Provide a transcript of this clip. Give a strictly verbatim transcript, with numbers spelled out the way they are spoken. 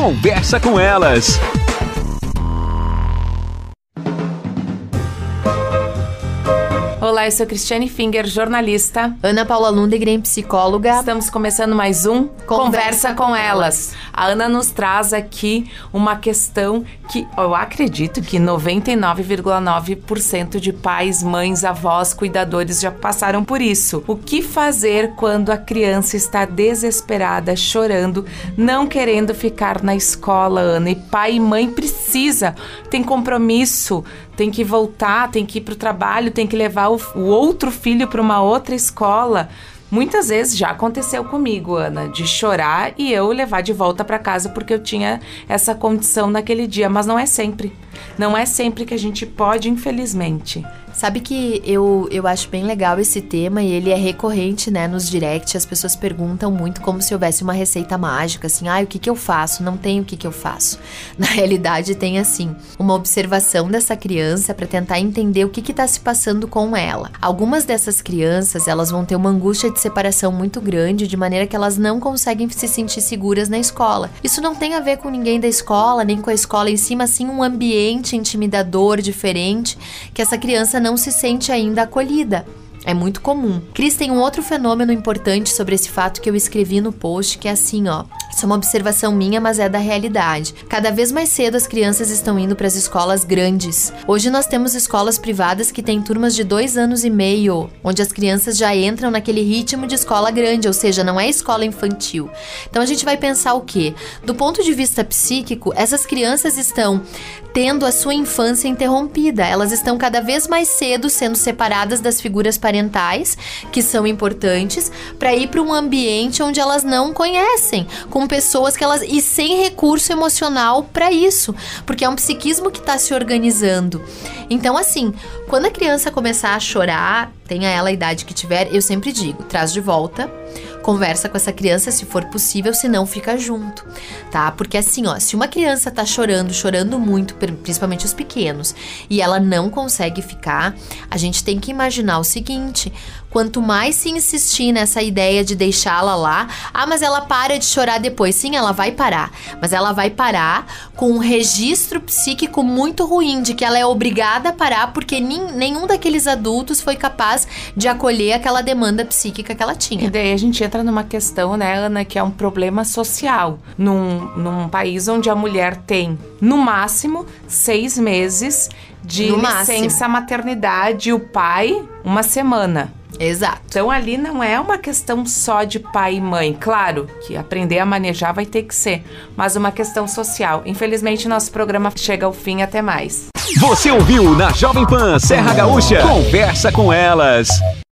Conversa com Elas. Olá, eu sou Cristiane Finger, jornalista. Ana Paula Lundegren, psicóloga. Estamos começando mais um Conversa, Conversa com Elas. A Ana nos traz aqui uma questão que eu acredito que noventa e nove vírgula nove por cento de pais, mães, avós, cuidadores já passaram por isso. O que fazer quando a criança está desesperada, chorando, não querendo ficar na escola, Ana? E pai e mãe precisa, tem compromisso, tem que voltar, tem que ir para o trabalho, tem que levar o, o outro filho para uma outra escola. Muitas vezes já aconteceu comigo, Ana, de chorar e eu levar de volta para casa porque eu tinha essa condição naquele dia, mas não é sempre. Não é sempre que a gente pode, infelizmente. Sabe que eu, eu acho bem legal esse tema e ele é recorrente, né, nos directs. As pessoas perguntam muito como se houvesse uma receita mágica, assim, ah, o que que eu faço? Não tem o que que eu faço. Na realidade tem, assim, uma observação dessa criança para tentar entender o que que tá se passando com ela. Algumas dessas crianças, elas vão ter uma angústia de separação muito grande, de maneira que elas não conseguem se sentir seguras na escola. Isso não tem a ver com ninguém da escola, nem com a escola em si, mas sim um ambiente intimidador, diferente, que essa criança não se sente ainda acolhida. É muito comum. Cris, tem um outro fenômeno importante sobre esse fato que eu escrevi no post, que é assim, ó. Isso é uma observação minha, mas é da realidade. Cada vez mais cedo as crianças estão indo para as escolas grandes. Hoje nós temos escolas privadas que têm turmas de dois anos e meio, onde as crianças já entram naquele ritmo de escola grande, ou seja, não é escola infantil. Então a gente vai pensar o quê? Do ponto de vista psíquico, essas crianças estão tendo a sua infância interrompida. Elas estão cada vez mais cedo sendo separadas das figuras parentais, que são importantes, para ir para um ambiente onde elas não conhecem, com pessoas que elas... e sem recurso emocional para isso, porque é um psiquismo que está se organizando. Então, assim, quando a criança começar a chorar, tenha ela a idade que tiver, eu sempre digo, traz de volta, conversa com essa criança se for possível, se não fica junto, tá? Porque assim, ó, se uma criança tá chorando, chorando muito, principalmente os pequenos, e ela não consegue ficar, a gente tem que imaginar o seguinte: quanto mais se insistir nessa ideia de deixá-la lá, ah, mas ela para de chorar depois. Sim, ela vai parar, mas ela vai parar com um registro psíquico muito ruim, de que ela é obrigada a parar porque nin, nenhum daqueles adultos foi capaz de acolher aquela demanda psíquica que ela tinha. E daí a gente entra numa questão, né, Ana, que é um problema social. Num, num país onde a mulher tem, no máximo, seis meses de no licença máximo. maternidade, e o pai, uma semana. Exato. Então ali não é uma questão só de pai e mãe. Claro que aprender a manejar vai ter que ser, mas uma questão social. Infelizmente, nosso programa chega ao fim. Até mais. Você ouviu na Jovem Pan Serra Gaúcha? Conversa com Elas.